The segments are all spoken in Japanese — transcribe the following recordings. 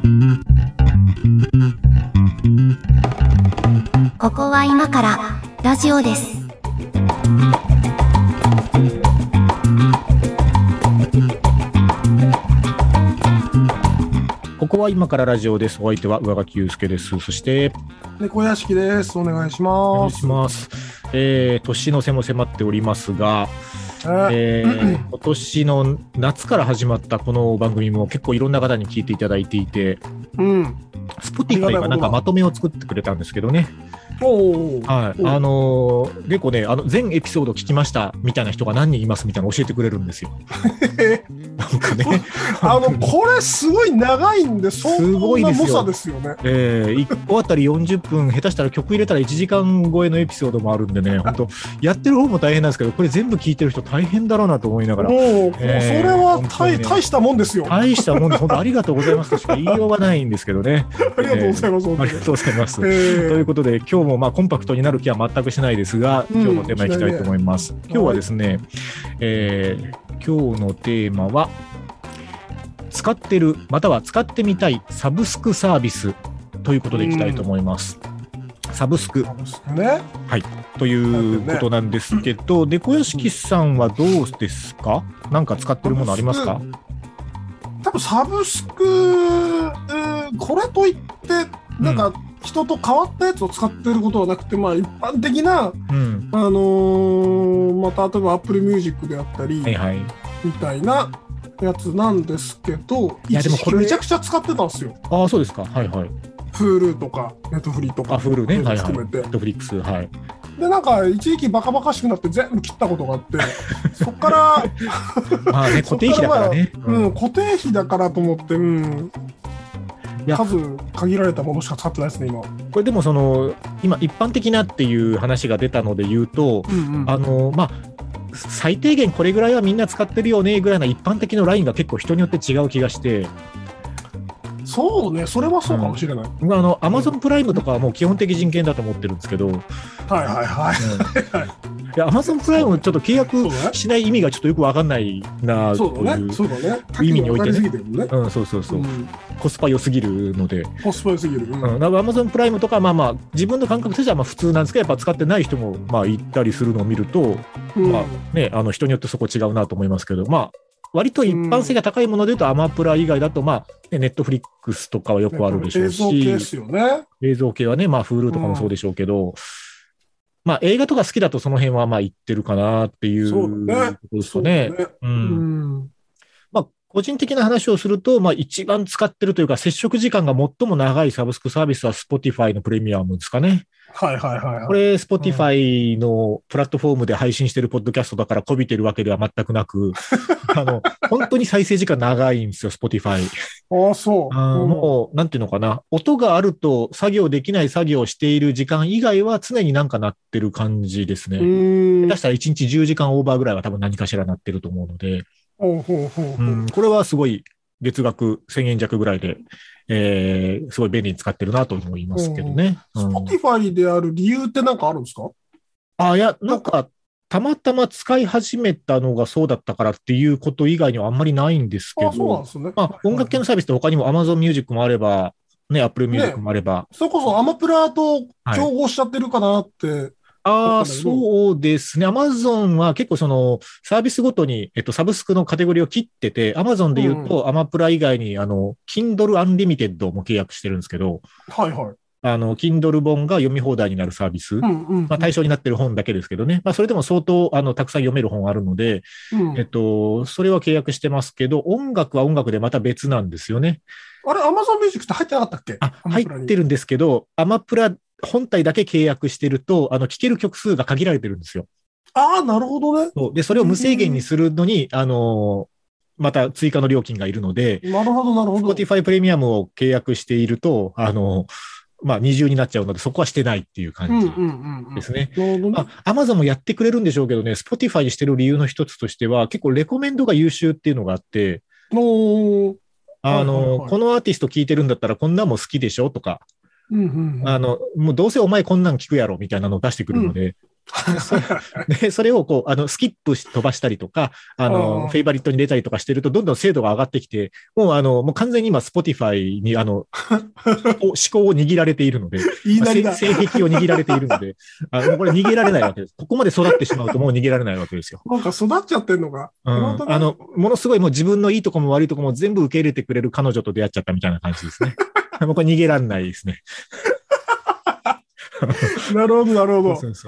ここは今からラジオです。 ここは今からラジオです。お相手は上垣祐介です。そして猫屋敷です。お願いします。 お願いします。年の瀬も迫っておりますが、今年の夏から始まったこの番組も結構いろんな方に聞いていただいていて、Spotify がなんかまとめを作ってくれたんですけどね。はい、結構ね、全エピソード聞きましたみたいな人が何人いますみたいなの教えてくれるんですよ。なんかね、 これすごい長いんで、相当な猛者ですよね。 1個あたり40分、下手したら曲入れたら1時間超えのエピソードもあるんでね、本当やってる方も大変なんですけど、これ全部聞いてる人大変だろうなと思いながら、 それは大したもんですよ。 大したもんで、本当ありがとうございますとしか言いようがないんですけどね。 ありがとうございます。 ありがとうございます。ということで、今日もコンパクトになる気は全くしないですが、今日のテーマいきたいと思います。今日はですね、今日のテーマは、使ってるまたは使ってみたいサブスクサービスということでいきたいと思います。サブスク、 ね、 はい、ということなんですけど、猫屋敷さんはどうですか？なんか使ってるものありますか？ 多分サブスク、これといってなんか人と変わったやつを使ってることはなくて、一般的な、例えば Apple Music であったり、みたいなやつなんですけど、一時期めちゃくちゃ使ってたんですよ。 ああ、そうですか。はいはい。 Hulu とか Netflix とか Hulu ね、はいはい。 含めて Netflix、はい。 でなんか一時期バカバカしくなって全部切ったことがあって、そっから固定費だからね。 固定費だからと思って、数限られたものしか使ってないですね今。これでも今一般的なっていう話が出たので言うと、最低限これぐらいはみんな使ってるよねぐらいな一般的なラインが結構人によって違う気がして。 そうね、それはそうかもしれない。 Amazon プライムとかはもう基本的人権だと思ってるんですけど、Amazon プライムちょっと契約しない意味がちょっとよく分かんないなという意味においてね。コスパ良すぎるので。Amazon プライムとか自分の感覚としては普通なんですけど、やっぱ使ってない人もいったりするのを見ると、人によってそこ違うなと思いますけど、割と一般性が高いものでいうと、アマプラ以外だと、ネットフリックスとかはよくあるでしょうし、 映像系ですよね。 映像系はね、Hulu とかもそうでしょうけど、映画とか好きだとその辺は言ってるかなっていうことですかね。個人的な話をすると、一番使ってるというか、接触時間が最も長いサブスクサービスは Spotify のプレミアムですかね。これ、Spotify のプラットフォームで配信してるポッドキャストだからこびてるわけでは全くなく、本当に再生時間長いんですよ、Spotify。もう、なんていうのかな、音があると作業できない作業をしている時間以外は常になんか鳴ってる感じですね。下手したら1日10時間オーバーぐらいは多分何かしら鳴ってると思うので、これはすごい月額1000円弱ぐらいで、すごい便利に使ってるなと思いますけどね。 Spotify である理由って何かあるんですか？ なんか、たまたま使い始めたのがそうだったからっていうこと以外にはあんまりないんですけど、音楽系のサービスって他にも Amazon Music もあれば、Apple Music もあれば。 それこそアマプラと競合しちゃってるかなって。 そうですね。Amazon は結構サービスごとに、サブスクのカテゴリーを切ってて、Amazon で言うと、アマプラ以外に、Kindle Unlimited も契約してるんですけど、Kindle 本が読み放題になるサービス、対象になってる本だけですけどね。それでも相当、たくさん読める本あるので、それは契約してますけど、音楽は音楽でまた別なんですよね。 あれ、Amazon Music って入ってなかったっけ？ 入ってるんですけど、アマプラ本体だけ契約してると、聴ける曲数が限られてるんですよ。 なるほどね。 で、それを無制限にするのに、また追加の料金がいるので、Spotify プレミアムを契約していると、二重になっちゃうので、そこはしてないっていう感じですね。Amazon もやってくれるんでしょうけどね、Spotify にしてる理由の一つとしては、結構レコメンドが優秀っていうのがあって、このアーティスト聴いてるんだったらこんなんも好きでしょとか、もうどうせお前こんなん聞くやろみたいなのを出してくるので、 で、それをこう、スキップ飛ばしたりとか、フェイバリットに入れたりとかしてると、どんどん精度が上がってきて、もう完全に今、Spotify に、思考を握られているので、性癖を握られているので、もうこれ逃げられないわけです。ここまで育ってしまうともう逃げられないわけですよ。 なんか育っちゃってんのか。 ものすごいもう自分のいいとこも悪いとこも全部受け入れてくれる彼女と出会っちゃったみたいな感じですね。もうこれ逃げられないですね。 なるほど、なるほど。 そうそう。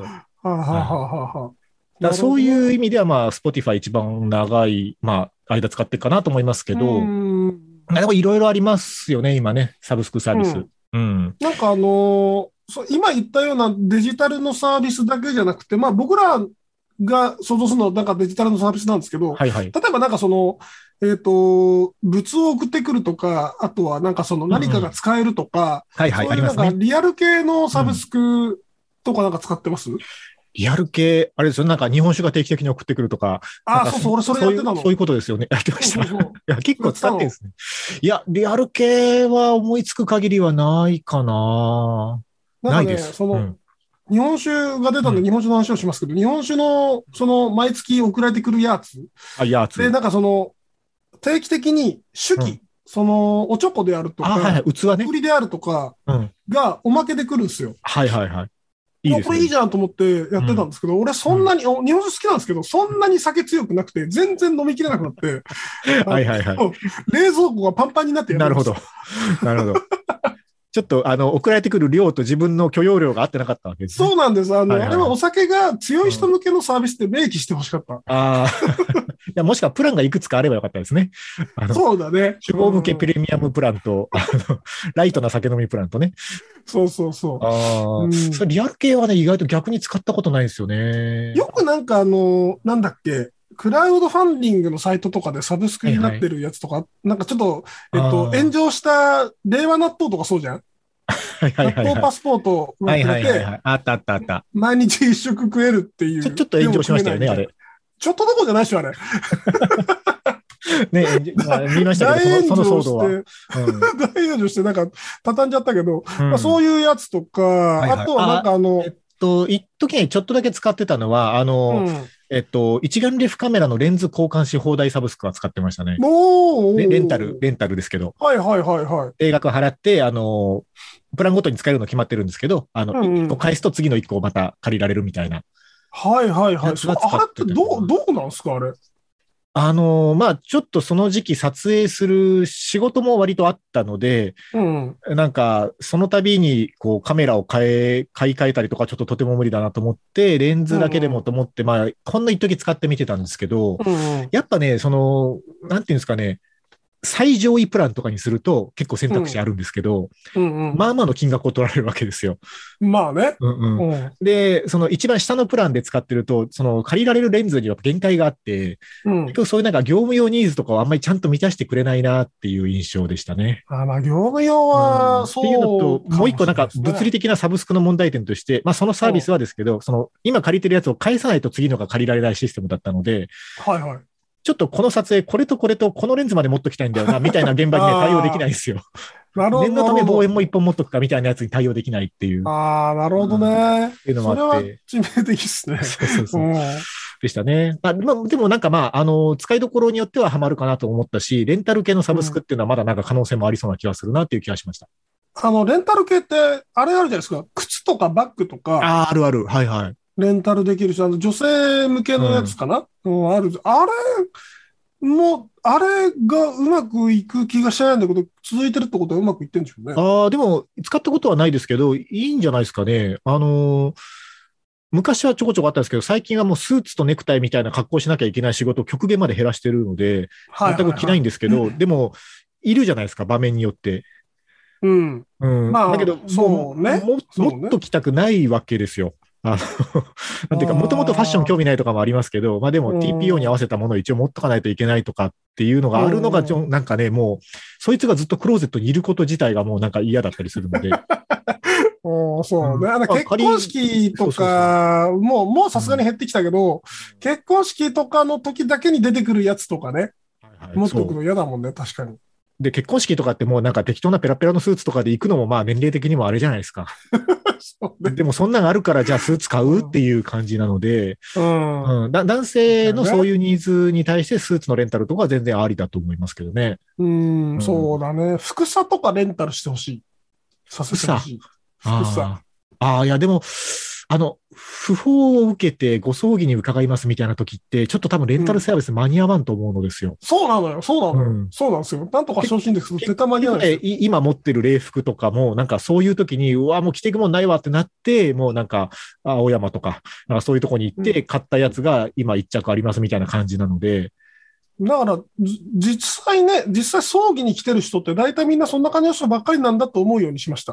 そういう意味では、まあ、Spotify 一番長い、まあ、間使ってるかなと思いますけど、でもいろいろありますよね、今ね、サブスクサービス。 なんか今言ったようなデジタルのサービスだけじゃなくて、まあ僕らが想像するのはなんかデジタルのサービスなんですけど、例えばなんか物を送ってくるとか、あとはなんか何かが使えるとか、そういうなんかリアル系のサブスクとかなんか使ってます？ リアル系、あれですよ、なんか日本酒が定期的に送ってくるとか。 そうそう、俺それやってたの。 そういうことですよね。やってました。いや、結構使ってるんですね。いや、リアル系は思いつく限りはないかな。ないです。 日本酒が出たんで日本酒の話をしますけど、日本酒の毎月送られてくるやつ。で、なんか定期的に手記、おちょこであるとか、 器ね。 売りであるとかがおまけで来るんですよ。これいいじゃんと思ってやってたんですけど、俺そんなに、日本酒好きなんですけど、そんなに酒強くなくて、全然飲みきれなくなって、冷蔵庫がパンパンになってやるんですよ。 なるほど。ちょっと、送られてくる量と自分の許容量が合ってなかったわけですね。 そうなんです。あれはお酒が強い人向けのサービスで明記してほしかった。 いや、もしくはプランがいくつかあればよかったですね。 そうだね。 酒豪向けプレミアムプランと、ライトな酒飲みプランとね。 そうそうそう。 それリアル系はね、意外と逆に使ったことないですよね。 よくなんかなんだっけ、クラウドファンディングのサイトとかでサブスクになってるやつとか、なんかちょっと、炎上した令和納豆とかそうじゃん？納豆パスポートがくれて、 あった。 毎日一食食えるっていう。 ちょっと炎上しましたよね、あれ。 ちょっとどころじゃないっしょ、あれ。 ね、見ましたけど、その騒動は。 大炎上して、なんか、畳んじゃったけど、そういうやつとか、あとはなんか一時にちょっとだけ使ってたのは、一眼レフカメラのレンズ交換し放題サブスクは使ってましたね。レンタルですけど。定額払って、プランごとに使えるの決まってるんですけど、1個返すと次の1個をまた借りられるみたいな。 あれってどうなんすか、あれ。 まあ、ちょっとその時期撮影する仕事も割とあったので、なんか、その度に、こう、カメラを買い替えたりとか、ちょっととても無理だなと思って、レンズだけでもと思って、まあ、ほんの一時使ってみてたんですけど、やっぱね、なんていうんですかね、最上位プランとかにすると結構選択肢あるんですけど、まあまあの金額を取られるわけですよ。 まあね。 で、その一番下のプランで使ってると、借りられるレンズには限界があって、結構そういうなんか業務用ニーズとかをあんまりちゃんと満たしてくれないなっていう印象でしたね。 まあ業務用はそう、 っていうのと、もう一個なんか物理的なサブスクの問題点として、まあそのサービスはですけど、今借りてるやつを返さないと次のが借りられないシステムだったので、ちょっとこの撮影、これとこれとこのレンズまで持っときたいんだよな、みたいな現場にね、対応できないんですよ。念のため望遠も一本持っとくかみたいなやつに対応できないっていう。 なるほどね。 っていうのもあって。 それは致命的ですね。 そう。でしたね。でもなんか使いどころによってはハマるかなと思ったし、レンタル系のサブスクっていうのはまだなんか可能性もありそうな気がするなっていう気がしました。 レンタル系って、あれあるじゃないですか。靴とかバッグとか。 ある。はい。 レンタルできるし、女性向けのやつかな、ある。あれがうまくいく気がしないんだけど、続いてるってことはうまくいってるんでしょうね。でも、使ったことはないですけど、いいんじゃないですかね。昔はちょこちょこあったんですけど、最近はもうスーツとネクタイみたいな格好しなきゃいけない仕事を極限まで減らしてるので、全く着ないんですけど、でも、いるじゃないですか、場面によって。だけど、 そうね。 もっと着たくないわけですよ。なんていうか、もともとファッション興味ないとかもありますけど、まあでも TPO に合わせたものを一応持っとかないといけないとかっていうのがあるのが、なんかね、もう、そいつがずっとクローゼットにいること自体がもうなんか嫌だったりするので。 そうね。結婚式とか、もうさすがに減ってきたけど、結婚式とかの時だけに出てくるやつとかね、持っておくの嫌だもんね、確かに。 で、結婚式とかってもうなんか適当なペラペラのスーツとかで行くのもまあ年齢的にもあれじゃないですか。でもそんなのあるからじゃあスーツ買うっていう感じなので、男性のそういうニーズに対してスーツのレンタルとかは全然ありだと思いますけどね。 そうだね。服紗とかレンタルしてほしい。させてほしい。服紗。 いやでも、訃報を受けてご葬儀に伺いますみたいな時って、ちょっと多分レンタルサービス間に合わんと思うのですよ。 そうなのよ。そうなんですよ。なんとかしてほしいんですけど、絶対間に合わない。 今持ってる礼服とかも、なんかそういう時に、もう着ていくもんないわってなって、もうなんか、青山とか、なんかそういうとこに行って買ったやつが今一着ありますみたいな感じなので。 だから、実際葬儀に来てる人って大体みんなそんな感じの人ばっかりなんだと思うようにしました。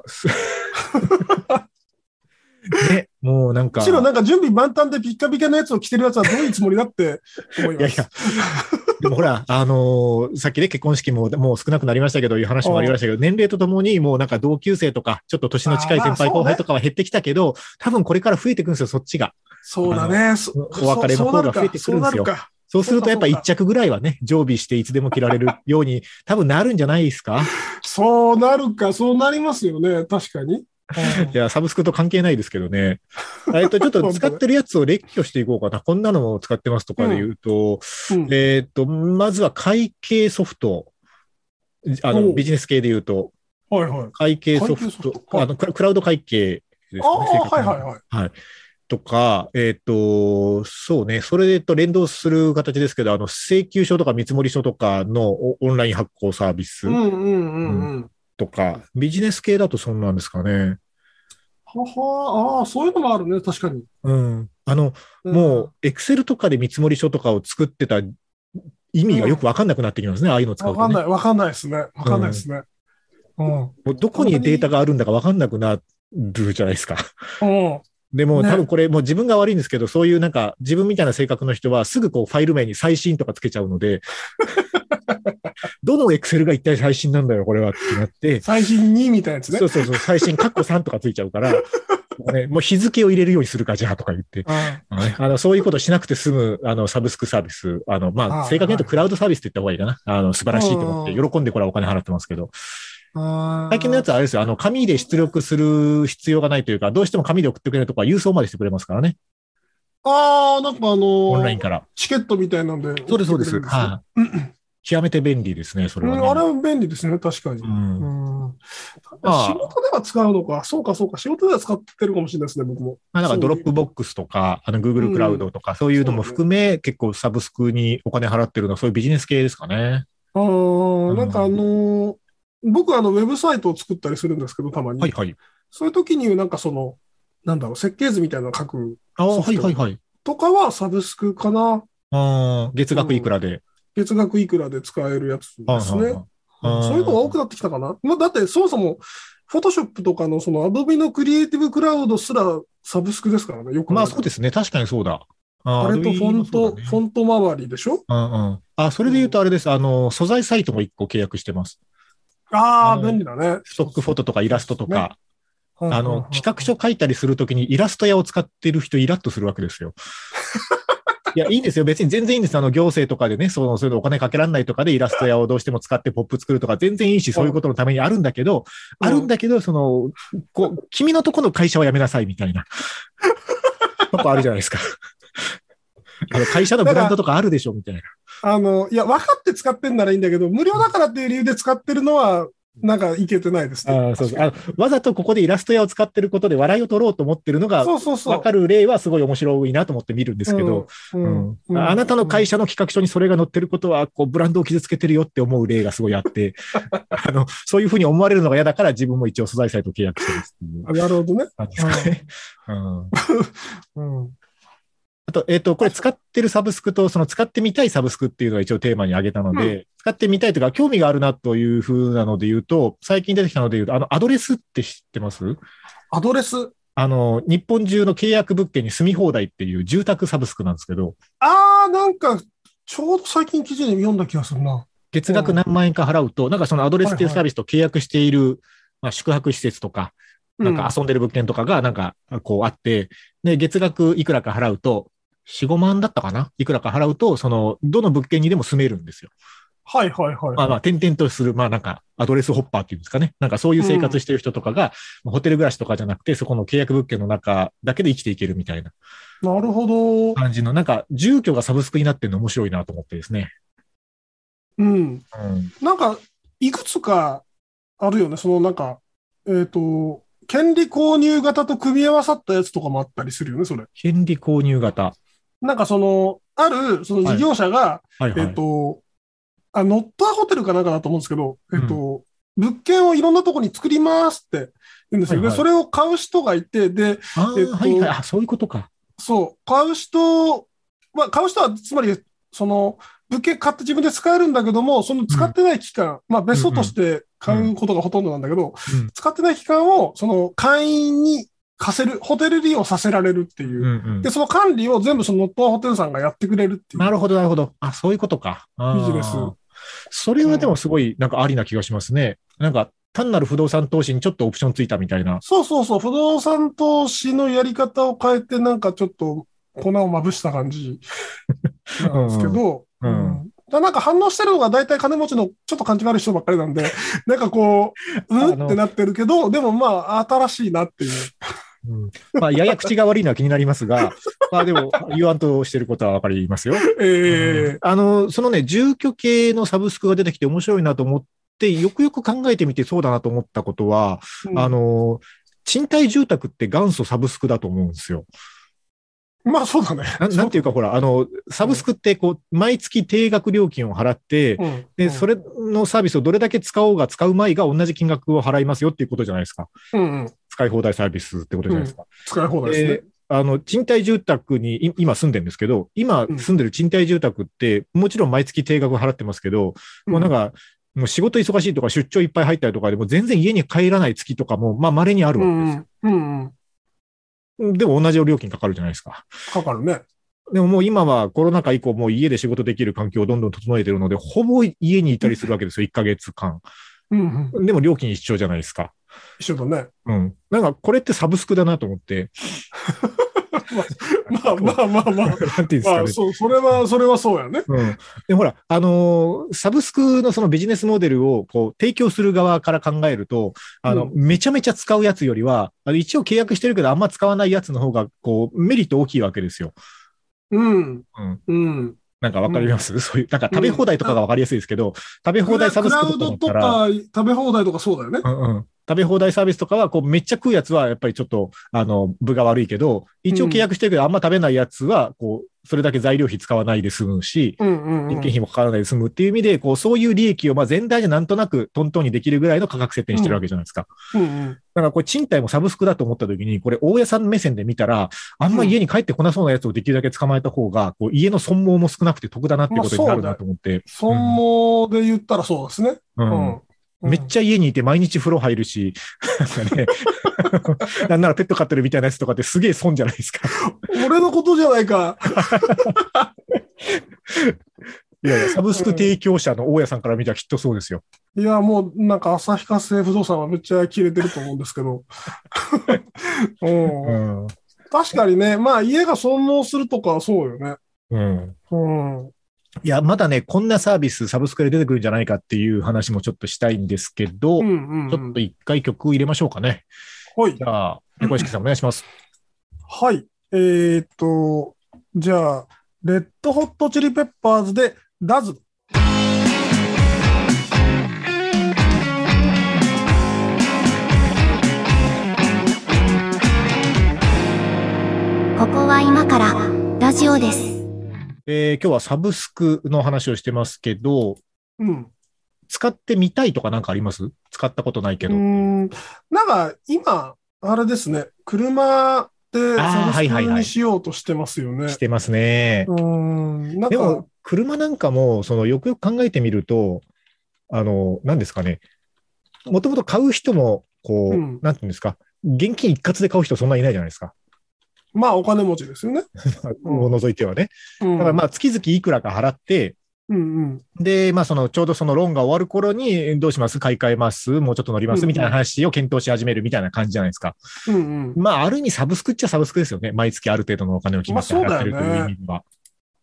ね、もうなんか。 むしろなんか準備万端でピッカピカのやつを着てるやつはどういうつもりだって思います。いやいや。 でもほら、さっきね、結婚式ももう少なくなりましたけど、いう話もありましたけど、年齢とともにもうなんか同級生とか、ちょっと年の近い先輩後輩とかは減ってきたけど、多分これから増えてくるんですよ、そっちが。 そうだね。 お別れの方が増えてくるんですよ。そうするとやっぱ一着ぐらいはね、常備していつでも着られるように多分なるんじゃないですか。 そうなるか、そうなりますよね、確かに。 いや、サブスクと関係ないですけどね。ちょっと使ってるやつを列挙していこうかな。こんなのも使ってますとかで言うと、まずは会計ソフト。ビジネス系で言うと、会計ソフト、クラウド会計ですね。はい。とか、そうね、それと連動する形ですけど、請求書とか見積書とかのオンライン発行サービス。とか、ビジネス系だとそんなんですかね。 そういうのもあるね、確かに。 もう、エクセルとかで見積書とかを作ってた意味がよくわかんなくなってきますね、ああいうのを使うと、ね。 わかんないですね。 どこにデータがあるんだかわかんなくなるじゃないですか。でも、多分これもう自分が悪いんですけど、そういうなんか自分みたいな性格の人はすぐこうファイル名に最新とかつけちゃうので、どのエクセルが一体最新なんだよ、これはってなって。 最新2みたいなやつね。 そう、最新カッコ3とかついちゃうから、もう日付を入れるようにするか、じゃあとか言って。そういうことしなくて済む、サブスクサービス。正確に言うとクラウドサービスって言った方がいいかな。素晴らしいと思って、喜んでこれはお金払ってますけど。最近のやつはあれですよ。紙で出力する必要がないというか、どうしても紙で送ってくれるとか、郵送までしてくれますからね。 なんかオンラインから。 チケットみたいなんで。 そうです、そうです。極めて便利ですね、それは、ね。 あれは便利ですね、確かに。仕事では使うのか。そうか。仕事では使ってるかもしれないですね、僕も。 なんかドロップボックスとか、Google クラウドとか、そういうのも含め、結構サブスクにお金払ってるのは、そういうビジネス系ですかね。 なんか僕はウェブサイトを作ったりするんですけど、たまに。そういう時になんか設計図みたいなのを書く。とかはサブスクかな。 月額いくらで。 月額いくらで使えるやつですね。そういうのが多くなってきたかな。だってそもそも、フォトショップとかのAdobe のクリエイティブクラウドすらサブスクですからね。よく。 そうですね。確かにそうだ。 あれとフォント周りでしょ。 それで言うとあれです。素材サイトも1個契約してます。 便利だね。 ストックフォトとかイラストとか。企画書書いたりするときにイラスト屋を使ってる人イラッとするわけですよ。いや、いいんですよ。別に全然いいんです。行政とかでね、そういうのお金かけられないとかでイラスト屋をどうしても使ってポップ作るとか全然いいし、そういうことのためにあるんだけど、君のとこの会社は辞めなさいみたいな。とこあるじゃないですか。会社のブランドとかあるでしょみたいな。 いや、分かって使ってんならいいんだけど、無料だからっていう理由で使ってるのは、なんかいけてないですね。 わざとここでイラスト屋を使ってることで笑いを取ろうと思ってるのが、わかる例はすごい面白いなと思って見るんですけど、あなたの会社の企画書にそれが載ってることは、ブランドを傷つけてるよって思う例がすごいあって、そういうふうに思われるのが嫌だから自分も一応素材サイトを契約してるっていう。 なるほどね。 あと、これ使ってるサブスクと、使ってみたいサブスクっていうのが一応テーマに挙げたので、使ってみたいというか、興味があるなというふうなので言うと、最近出てきたので言うと、アドレスって知ってます？ アドレス？ 日本中の契約物件に住み放題っていう住宅サブスクなんですけど。 なんか、ちょうど最近記事で読んだ気がするな。 月額何万円か払うと、なんかそのアドレスっていうサービスと契約している、宿泊施設とか、なんか遊んでる物件とかがなんかこうあって、で、月額いくらか払うと、4、5万だったかないくらか払うと、どの物件にでも住めるんですよ。 はいはいはい。 まあ転々とする、なんかアドレスホッパーっていうんですかね。なんかそういう生活してる人とかが、ホテル暮らしとかじゃなくて、そこの契約物件の中だけで生きていけるみたいな。 なるほど。 感じの、なんか住居がサブスクになってるの面白いなと思ってですね。 なんか、いくつかあるよね。そのなんか、権利購入型と組み合わさったやつとかもあったりするよね、それ。 権利購入型。 なんかある、その事業者が、ノットアホテルかなんかだと思うんですけど、物件をいろんなとこに作りますって言うんですよ。で、それを買う人がいて、で、 そういうことか。 そう、買う人は、つまり、物件買って自分で使えるんだけども、その使ってない期間、別荘として買うことがほとんどなんだけど、使ってない期間を、会員に貸せる、ホテル利用させられるっていう。で、その管理を全部そのノットアホテルさんがやってくれるっていう。 なるほど、なるほど。そういうことか。 ビジネス。 それはでもすごい、なんかありな気がしますね。なんか、単なる不動産投資にちょっとオプションついたみたいな。 そうそうそう。不動産投資のやり方を変えて、なんかちょっと粉をまぶした感じなんですけど、なんか反応してるのが大体金持ちのちょっと感じがある人ばっかりなんで、なんかってなってるけど、でも新しいなっていう。 やや口が悪いのは気になりますが、でも言わんとしてることはわかりますよ。そのね、住居系のサブスクが出てきて面白いなと思って、よくよく考えてみてそうだなと思ったことは、賃貸住宅って元祖サブスクだと思うんですよ。 そうだね。 なんていうか、ほら、サブスクって、毎月定額料金を払って、で、それのサービスをどれだけ使おうが使うまいが同じ金額を払いますよっていうことじゃないですか。使い放題サービスってことじゃないですか。 使い放題ですね。賃貸住宅に今住んでるんですけど、今住んでる賃貸住宅って、もちろん毎月定額払ってますけど、もうなんか、もう仕事忙しいとか出張いっぱい入ったりとかでも全然家に帰らない月とかも、稀にあるわけですよ。でも同じ料金かかるじゃないですか。 かかるね。 でももう今はコロナ禍以降もう家で仕事できる環境をどんどん整えてるので、ほぼ家にいたりするわけですよ、1ヶ月間。でも料金一緒じゃないですか。 一緒だね。 なんかこれってサブスクだなと思って。なんていうんですかね。 それはそうやね。 で、ほら、サブスクのそのビジネスモデルを提供する側から考えると、めちゃめちゃ使うやつよりは、一応契約してるけどあんま使わないやつの方が、メリット大きいわけですよ。なんかわかります、そういう、なんか食べ放題とかがわかりやすいですけど、食べ放題サブスクとかだったら。 クラウドとか食べ放題とかそうだよね。 食べ放題サービスとかは、めっちゃ食うやつは、やっぱりちょっと、分が悪いけど、一応契約してるけど、あんま食べないやつは、それだけ材料費使わないで済むし、人件費もかからないで済むっていう意味で、そういう利益を、全体でなんとなくトントンにできるぐらいの価格設定にしてるわけじゃないですか。だからこれ、賃貸もサブスクだと思ったときに、これ、大家さん目線で見たら、あんま家に帰ってこなそうなやつをできるだけ捕まえた方が、家の損耗も少なくて得だなっていうことになるなと思って。 損耗で言ったらそうですね。 めっちゃ家にいて毎日風呂入るし、なんならペット飼ってるみたいなやつとかってすげえ損じゃないですか。 俺のことじゃないか。 いやいや、サブスク提供者の大家さんから見たらきっとそうですよ。 いや、もうなんか旭化成不動産はめっちゃ切れてると思うんですけど。確かにね、家が損耗するとかはそうよね。 いや、まだね、こんなサービス、サブスクで出てくるんじゃないかっていう話もちょっとしたいんですけど、ちょっと一回曲入れましょうかね。 はい。 じゃあ、猫屋敷さんお願いします。 はい。じゃあ、レッドホットチリペッパーズで、ダズ。 ここは今からラジオです。 今日はサブスクの話をしてますけど、使ってみたいとかなんかあります？使ったことないけど。 なんか今、あれですね、車でサブスクにしようとしてますよね。 してますね。でも、車なんかも、よくよく考えてみると、何ですかね。もともと買う人も、なんていうんですか、現金一括で買う人そんなにいないじゃないですか。 お金持ちですよね。 を除いてはね。だから月々いくらか払って、で、ちょうどそのローンが終わる頃に、どうします？買い替えます？もうちょっと乗ります？みたいな話を検討し始めるみたいな感じじゃないですか。ある意味サブスクっちゃサブスクですよね。毎月ある程度のお金を決まって払ってるという意味は。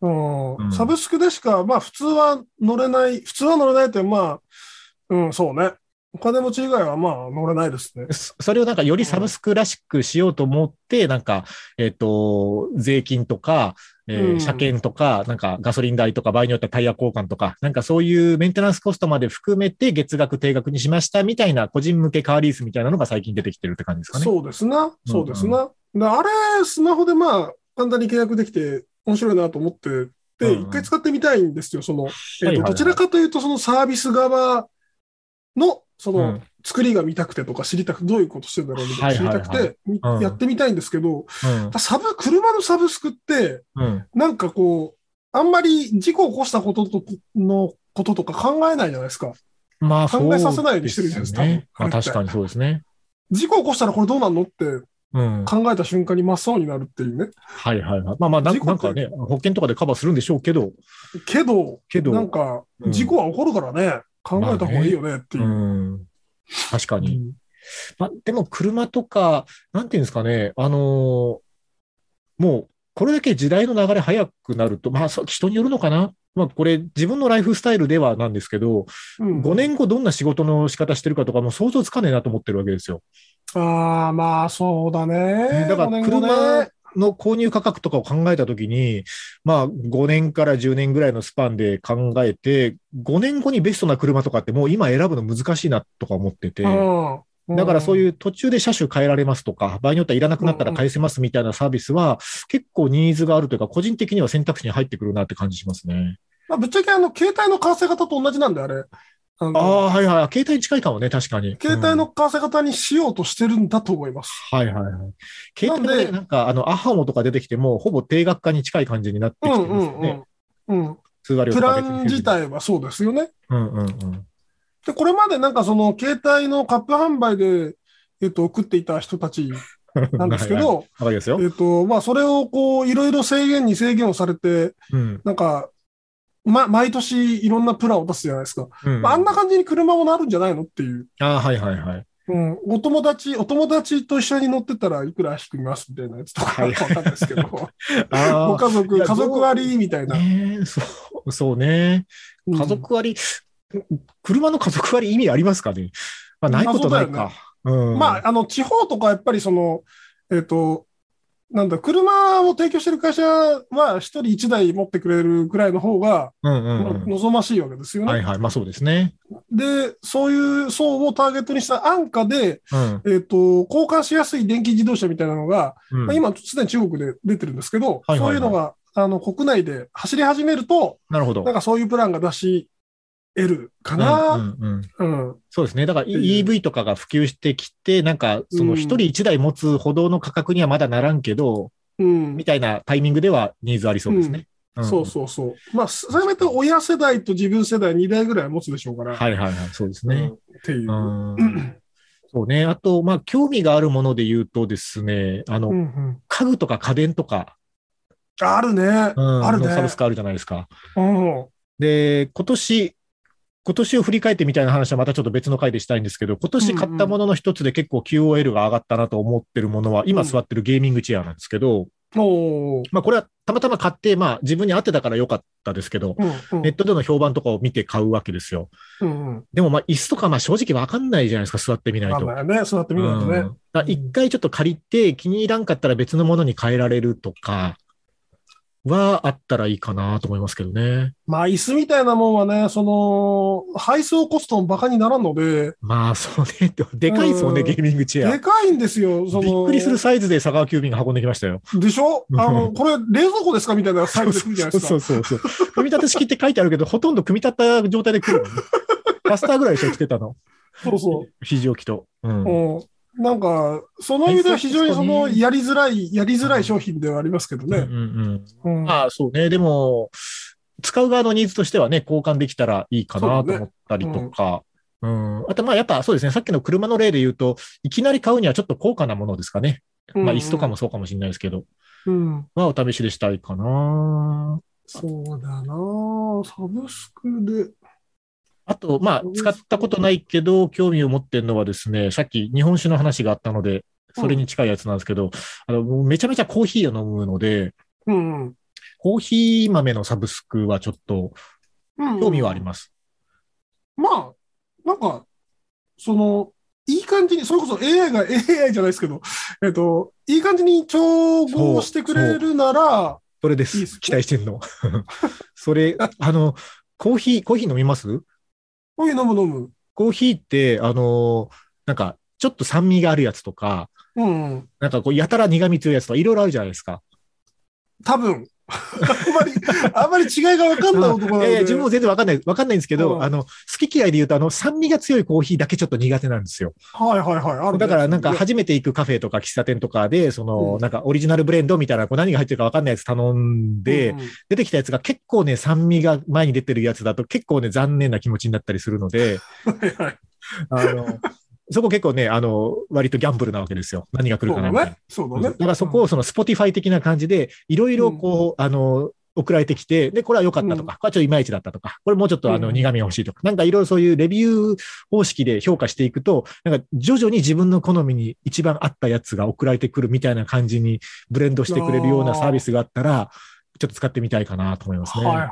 サブスクでしか、まあ普通は乗れないって、まあ、そうね。お金持ち以外はまあ乗れないですね。 それをなんかよりサブスクらしくしようと思って、なんか、税金とか、車検とか、なんかガソリン代とか、場合によってはタイヤ交換とか、なんかそういうメンテナンスコストまで含めて月額定額にしましたみたいな個人向けカーリースみたいなのが最近出てきてるって感じですかね。 そうですな。そうですな。あれ、スマホでまあ簡単に契約できて面白いなと思って、で、一回使ってみたいんですよ。どちらかというとそのサービス側の、作りが見たくてとか知りたくて、どういうことしてるんだろうみたいな知りたくて、やってみたいんですけど、車のサブスクって、なんかこう、あんまり事故を起こしたこととか考えないじゃないですか。 まあ、 考えさせないようにしてるじゃないですか。 まあ、確かにそうですね。 事故を起こしたらこれどうなんのって考えた瞬間に真っ青になるっていうね。 はいはいはい。まあまあ、なんかね、保険とかでカバーするんでしょうけど。 なんか、事故は起こるからね。考えた方がいいよねっていう。 確かに。まあ、でも車とか、なんていうんですかね、もう、これだけ時代の流れ早くなると、まあ、人によるのかな。まあ、これ、自分のライフスタイルではなんですけど、5年後どんな仕事の仕方してるかとかも想像つかねえなと思ってるわけですよ。 ああ、まあ、そうだね。 だから、車の購入価格とかを考えたときに、まあ、5年から10年ぐらいのスパンで考えて、5年後にベストな車とかってもう今選ぶの難しいなとか思ってて、だからそういう途中で車種変えられますとか、場合によってはいらなくなったら返せますみたいなサービスは結構ニーズがあるというか、個人的には選択肢に入ってくるなって感じしますね。 まあ、ぶっちゃけ携帯の為替方と同じなんで、あれ。 はいはい。携帯に近いかもね、確かに。 携帯の為替方にしようとしてるんだと思います。 はいはいはい。携帯でなんか、アハモとか出てきても、ほぼ定額化に近い感じになってきてますよね。通話料とか別に。 プラン自体はそうですよね。 うん。 で、これまでなんか携帯のカップ販売で、送っていた人たちなんですけど、まあ、それをこう、いろいろ制限をされて、なんか、毎年いろんなプランを出すじゃないですか。まあ、あんな感じに車もなるんじゃないのっていう。 はいはいはい。 お友達と一緒に乗ってたらいくら引きますみたいなやつとかわかんないですけど。ご家族割みたいな。 そうね。家族割、車の家族割意味ありますかね。まあ、ないことないか。 まあ、地方とかやっぱり車を提供してる会社は一人一台持ってくれるくらいの方が、望ましいわけですよね。 はいはい。まあそうですね。 で、そういう層をターゲットにした安価で、交換しやすい電気自動車みたいなのが、まあ、今すでに中国で出てるんですけど、そういうのが、国内で走り始めると、 なるほど。 なんかそういうプランが出し得るかな。 そうですね。だから EV とかが普及してきて、なんかその一人一台持つほどの価格にはまだならんけど、みたいなタイミングではニーズありそうですね。 そう。まあ、せめて親世代と自分世代2台ぐらい持つでしょうから。 はいはいはい。そうですね。 っていう。 そうね。あと、まあ、興味があるもので言うとですね、家具とか家電とか。 あるね。あるね。 サブスクあるじゃないですか。で、今年を振り返ってみたいな話はまたちょっと別の回でしたいんですけど、今年買ったものの一つで結構 QOL が上がったなと思ってるものは、今座ってるゲーミングチェアなんですけど、まあこれはたまたま買って、まあ自分に合ってたから良かったですけど、ネットでの評判とかを見て買うわけですよ。でもまあ椅子とかまあ正直わかんないじゃないですか、座ってみないと。 座ってみないとね。 一回ちょっと借りて気に入らんかったら別のものに変えられるとか、はあったらいいかなと思いますけどね。 まあ、椅子みたいなもんはね、配送コストもバカにならんので。 まあ、そうね。でかいですもんね、ゲーミングチェア。 でかいんですよ。 びっくりするサイズで佐川急便が運んできましたよ。 でしょこれ、冷蔵庫ですかみたいなサイズで来るじゃないですか。 そう。組み立て式って書いてあるけど、ほとんど組み立った状態で来るのね。キャスターぐらいしか来てたの。 そう。 非常機と。 なんか、その意味では非常にやりづらい商品ではありますけどね。 まあ、そうね。でも、使う側のニーズとしてはね、交換できたらいいかなと思ったりとか。あと、まあ、やっぱそうですね。さっきの車の例で言うと、いきなり買うにはちょっと高価なものですかね。まあ、椅子とかもそうかもしれないですけど。まあ、お試しでしたいかな。 そうだな。サブスクで。 あと、まあ、使ったことないけど、興味を持ってるのはですね、さっき日本酒の話があったので、それに近いやつなんですけど、めちゃめちゃコーヒーを飲むので、 コーヒー豆のサブスクはちょっと、興味はあります。 まあ、なんか、いい感じに、それこそ AI じゃないですけど、いい感じに調合してくれるなら、 それです。いいですね、期待してんの。それ、コーヒー飲みます？ コーヒー飲む。 コーヒーって、なんか、ちょっと酸味があるやつとか、なんかこう、やたら苦味強いやつとか、いろいろあるじゃないですか。 多分。あんまり違いが分かんない男なので。いや自分も全然分かんないんですけど、好き嫌いで言うと、酸味が強いコーヒーだけちょっと苦手なんですよ。 はい。あるね。 だからなんか初めて行くカフェとか喫茶店とかで、なんかオリジナルブレンドみたいな、何が入ってるか分かんないやつ頼んで、出てきたやつが結構ね、酸味が前に出てるやつだと結構ね、残念な気持ちになったりするので、そこ結構ね、割とギャンブルなわけですよ。何が来るかなみたいな。 そうだね。 だからそこをSpotify 的な感じで、いろいろこう、送られてきて、で、これは良かったとか、これはちょっといまいちだったとか、これもうちょっと苦味が欲しいとか、なんかいろいろそういうレビュー方式で評価していくと、なんか徐々に自分の好みに一番合ったやつが送られてくるみたいな感じにブレンドしてくれるようなサービスがあったら、ちょっと使ってみたいかなと思いますね。 はい。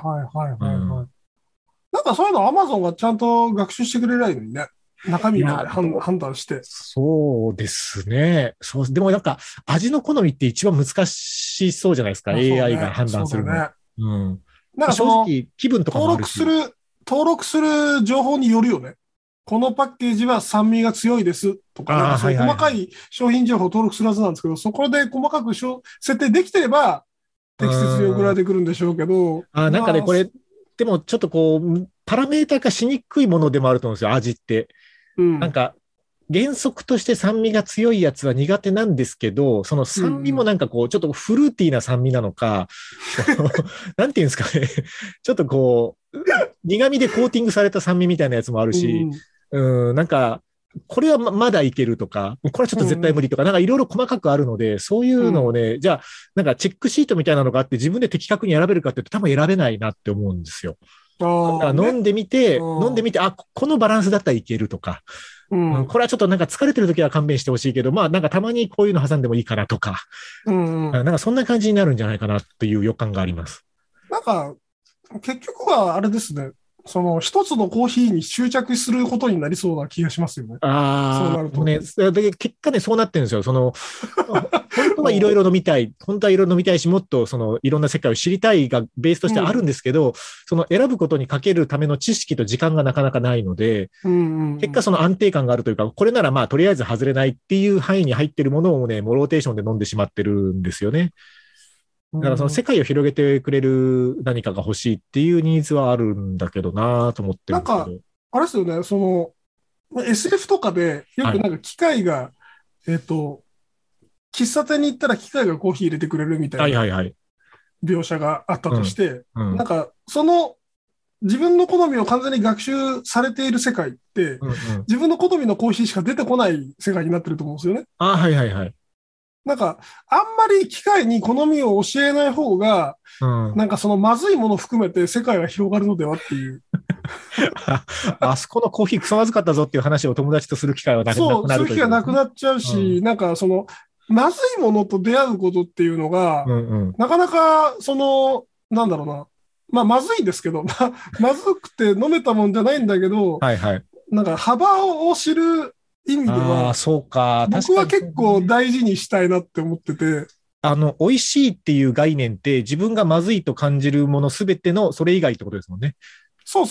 なんかそういうの Amazon がちゃんと学習してくれないのにね。中身まで判断して。 そうですね。でもなんか、味の好みって一番難しそうじゃないですか。AI が判断するの。なんか正直、気分とかもあるし。 登録する情報によるよね。このパッケージは酸味が強いですとか、細かい商品情報を登録するはずなんですけど、そこで細かく設定できてれば、適切に送られてくるんでしょうけど。 なんかね、これ、でもちょっとこう、パラメータ化しにくいものでもあると思うんですよ、味って。なんか、原則として酸味が強いやつは苦手なんですけど、その酸味もなんかこう、ちょっとフルーティーな酸味なのか、なんていうんですかね。ちょっとこう、苦味でコーティングされた酸味みたいなやつもあるし、なんか、これはまだいけるとか、これはちょっと絶対無理とか、なんかいろいろ細かくあるので、そういうのをね、じゃあ、なんかチェックシートみたいなのがあって自分で的確に選べるかって言うと多分選べないなって思うんですよ。飲んでみて、あ、このバランスだったらいけるとか、これはちょっとなんか疲れてる時は勘弁してほしいけど、まあなんかたまにこういうの挟んでもいいかなとか、なんかそんな感じになるんじゃないかなっていう予感があります。 なんか、結局はあれですね。一つのコーヒーに執着することになりそうな気がしますよね。そうなると。 ね、で結果ね、そうなってるんですよ。本当はいろいろ飲みたい。本当はいろいろ飲みたいし、もっといろんな世界を知りたいがベースとしてあるんですけど、選ぶことにかけるための知識と時間がなかなかないので、結果安定感があるというか、これならまあとりあえず外れないっていう範囲に入ってるものをね、もうローテーションで飲んでしまってるんですよね。だから世界を広げてくれる何かが欲しいっていうニーズはあるんだけどなと思ってるんですけど。 なんか、あれですよね、SF とかでよくなんか機械が、喫茶店に行ったら機械がコーヒー入れてくれるみたいな描写があったとして、なんか自分の好みを完全に学習されている世界って、自分の好みのコーヒーしか出てこない世界になってると思うんですよね。なんか、あんまり機械に好みを教えない方が、なんかまずいものを含めて世界が広がるのではっていう。 あそこのコーヒークソまずかったぞっていう話を友達とする機会はなくなるという。 そういう機会なくなっちゃうし、なんかまずいものと出会うことっていうのが、なかなか、なんだろうな。まあ、まずいですけど、まずくて飲めたもんじゃないんだけど、なんか幅を知る意味では、僕は結構大事にしたいなって思ってて。 美味しいっていう概念って自分がまずいと感じるものすべてのそれ以外ってことですもんね。 そう。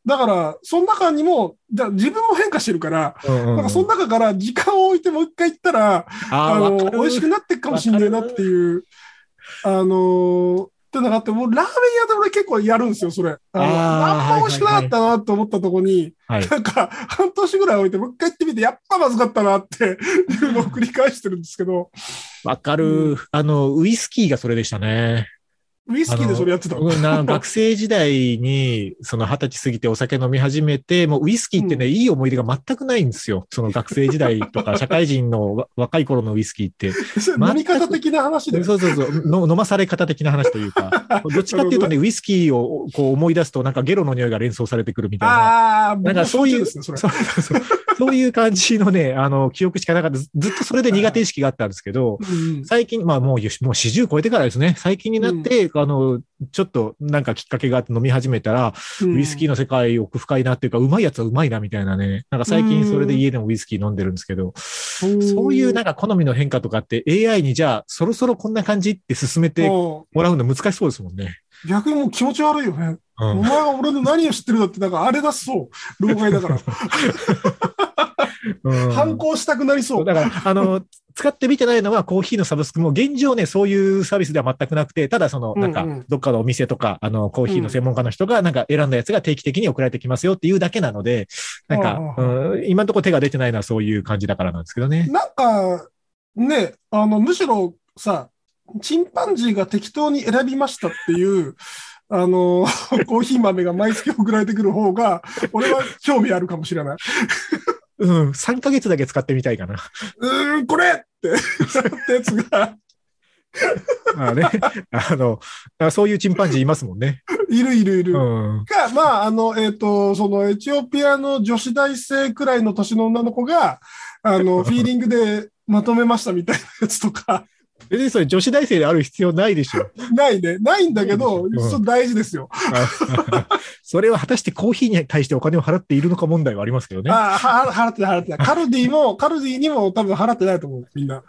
だから、その中にも、自分も変化してるから、なんかその中から時間を置いてもう一回行ったら、美味しくなっていくかもしれないなっていう、ってのがあって、もうラーメン屋で俺結構やるんですよ、それ。あんま美味しくなかったなと思ったとこに、なんか半年ぐらい置いて、もう一回行ってみて、やっぱまずかったなっていうのを繰り返してるんですけど。 わかる。ウイスキーがそれでしたね。 ウイスキーでそれやってた学生時代に、20歳過ぎてお酒飲み始めて、もうウイスキーってね、いい思い出が全くないんですよ。学生時代とか、社会人の若い頃のウイスキーって。 飲み方的な話で。 そう飲まされ方的な話というか、どっちかっていうとね、ウイスキーをこう思い出すと、なんかゲロの匂いが連想されてくるみたいな。 なんかそういう、そそういう感じのね、記憶しかなかった。ずっとそれで苦手意識があったんですけど、最近、まあもう40超えてからですね、最近になって、ちょっとなんかきっかけがあって飲み始めたら、ウイスキーの世界奥深いなっていうか、うまいやつはうまいなみたいなね、なんか最近それで家でもウイスキー飲んでるんですけど、そういうなんか好みの変化とかって AI にじゃあそろそろこんな感じって進めてもらうの難しそうですもんね。 逆にもう気持ち悪いよね。お前が俺の何を知ってるんだって、なんかあれだそう。老害だから。反抗したくなりそう。 だから、使ってみてないのはコーヒーのサブスクも現状ね、そういうサービスでは全くなくて、ただなんか、どっかのお店とか、コーヒーの専門家の人がなんか選んだやつが定期的に送られてきますよっていうだけなので、なんか、今のところ手が出てないのはそういう感じだからなんですけどね。 なんか、ね、むしろさ、チンパンジーが適当に選びましたっていう、コーヒー豆が毎月送られてくる方が、俺は興味あるかもしれない。 3ヶ月だけ使ってみたいかな。 これってったやつが。 そういうチンパンジーいますもんね。 いる。まあ、そのエチオピアの女子大生くらいの年の女の子が、フィーリングでまとめましたみたいなやつとか。 別にそれ女子大生である必要ないでしょ。 ないね。ないんだけど、大事ですよ。 それは果たしてコーヒーに対してお金を払っているのか問題はありますけどね。 払ってない。カルディにも多分払ってないと思う、みんな。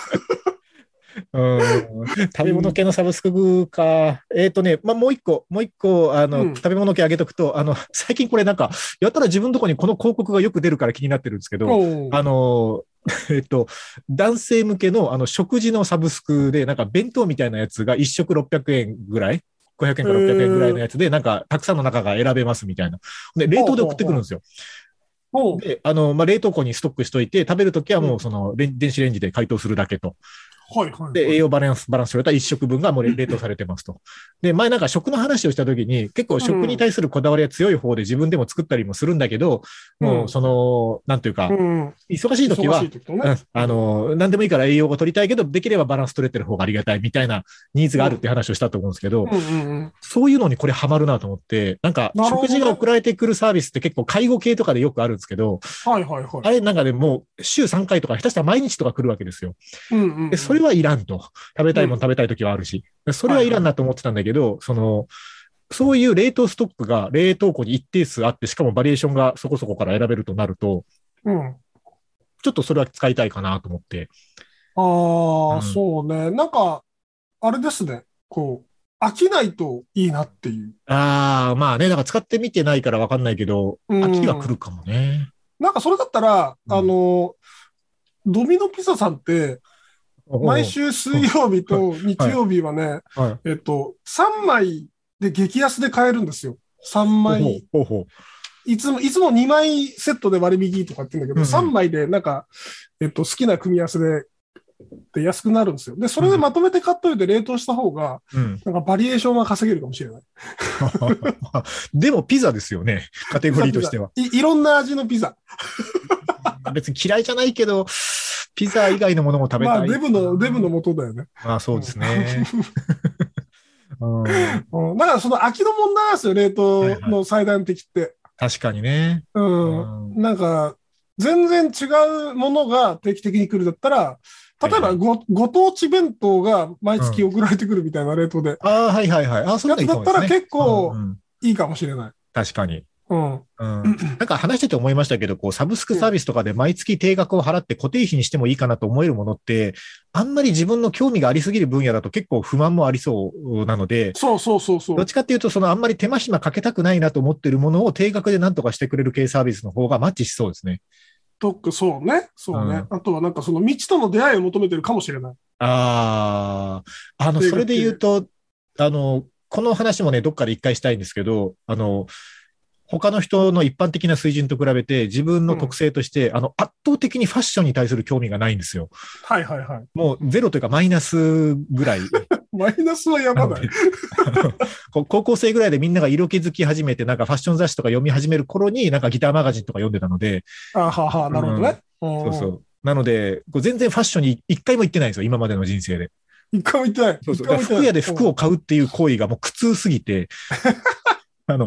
食べ物系のサブスクか。まあ、もう一個、食べ物系あげとくと、最近これなんか、やったら自分のところにこの広告がよく出るから気になってるんですけど、男性向けの食事のサブスクで、なんか弁当みたいなやつが1食600円ぐらい、500円から600円ぐらいのやつで、なんかたくさんの中が選べますみたいな。で、冷凍で送ってくるんですよ。で、まあ、冷凍庫にストックしといて、食べるときはもう電子レンジで解凍するだけと。で、栄養バランス取れた1食分がもう冷凍されてますと。で、前なんか食の話をしたときに、結構食に対するこだわりは強い方で自分でも作ったりもするんだけど、もうなんていうか、忙しいときは、何でもいいから栄養が取りたいけど、できればバランス取れてる方がありがたいみたいなニーズがあるって話をしたと思うんですけど、そういうのにこれハマるなと思って、なんか食事が送られてくるサービスって結構介護系とかでよくあるんですけど、あれなんかでもう週3回とか、下手したら毎日とか来るわけですよ。でそれはいらんと。食べたいもん食べたいときはあるし。それはいらんなと思ってたんだけど、そういう冷凍ストックが冷凍庫に一定数あって、しかもバリエーションがそこそこから選べるとなると、ちょっとそれは使いたいかなと思って。 そうね。なんか、あれですね。飽きないといいなっていう。 まあね、なんか使ってみてないからわかんないけど、飽きが来るかもね。 なんかそれだったら、ドミノピザさんって、毎週水曜日と日曜日はね、3枚で激安で買えるんですよ。3枚。いつも2枚セットで割引とかって言うんだけど、3枚でなんか、好きな組み合わせで安くなるんですよ。で、それでまとめて買っといて冷凍した方が、なんかバリエーションが稼げるかもしれない。 でもピザですよね、カテゴリーとしては。 いろんな味のピザ。 別に嫌いじゃないけど、ピザ以外のものも食べたい。 まあ、デブの元だよね。 そうですね。 だからその飽きの問題なんですよ、冷凍の最大の敵って。 確かにね。 なんか、全然違うものが定期的に来るだったら、例えばご当地弁当が毎月送られてくるみたいな冷凍で。 そうだったら結構いいかもしれない。 確かに。なんか話してて思いましたけど、サブスクサービスとかで毎月定額を払って固定費にしてもいいかなと思えるものって、あんまり自分の興味がありすぎる分野だと結構不満もありそうなので、 そう。 どっちかっていうと、あんまり手間暇かけたくないなと思ってるものを定額で何とかしてくれる系サービスの方がマッチしそうですね。 そうね。あとはなんか未知との出会いを求めてるかもしれない。 それで言うと、この話もね、どっかで一回したいんですけど、他の人の一般的な水準と比べて自分の特性として、圧倒的にファッションに対する興味がないんですよ。もうゼロというかマイナスぐらい。 マイナスはやばない。 高校生ぐらいでみんなが色気づき始めて、なんかファッション雑誌とか読み始める頃に、なんかギターマガジンとか読んでたので。 なるほどね。 そう。なので、全然ファッションに一回も行ってないんですよ、今までの人生で。 一回も行ってない。 服屋で服を買うっていう行為がもう苦痛すぎて、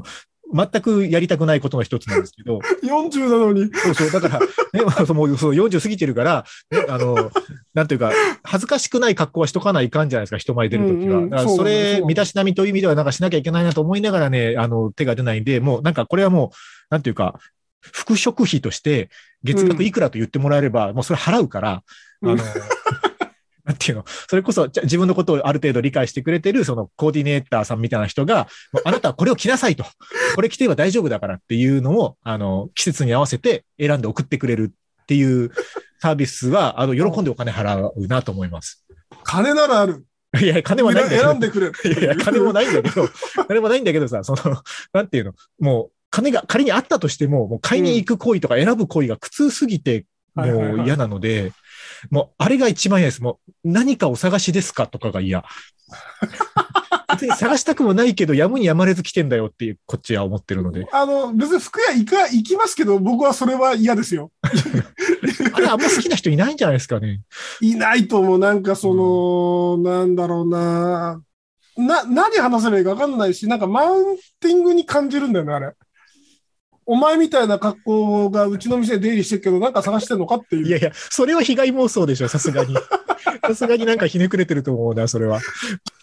全くやりたくないことの一つなんですけど。 40なのに。 そう、だから、ね、もう40過ぎてるから、ね、なんていうか、恥ずかしくない格好はしとかないかんじゃないですか、人前出るときは。だからそれ、身だしなみという意味ではなんかしなきゃいけないなと思いながらね、手が出ないんで、もうなんかこれはもう、なんていうか、副食費として、月額いくらと言ってもらえれば、もうそれ払うから、なんていうの、それこそ自分のことをある程度理解してくれてる、そのコーディネーターさんみたいな人が、あなたはこれを着なさいと、これ着てれば大丈夫だからっていうのを、季節に合わせて選んで送ってくれるっていうサービスは、喜んでお金払うなと思います。 金ならある。 いや、金はないんだけど。 選んでくれ。 いや、金もないんだけど、金もないんだけどさ、なんていうの、もう、金が仮にあったとしても、もう買いに行く行為とか選ぶ行為が苦痛すぎて、もう嫌なので、もう、あれが一番嫌です。もう、何かお探しですかとかが嫌。別に探したくもないけど、やむにやまれず来てんだよっていう、こっちは思ってるので。 別に服屋行きますけど、僕はそれは嫌ですよ。 あれ、あんま好きな人いないんじゃないですかね。 いないと思う。なんかなんだろうな。何話せばいいか分かんないし、なんかマウンティングに感じるんだよね、あれ。お前みたいな格好がうちの店で出入りしてるけど、なんか探してんのかっていう。 いやいや、それは被害妄想でしょ、さすがに。さすがになんかひねくれてると思うな、それは。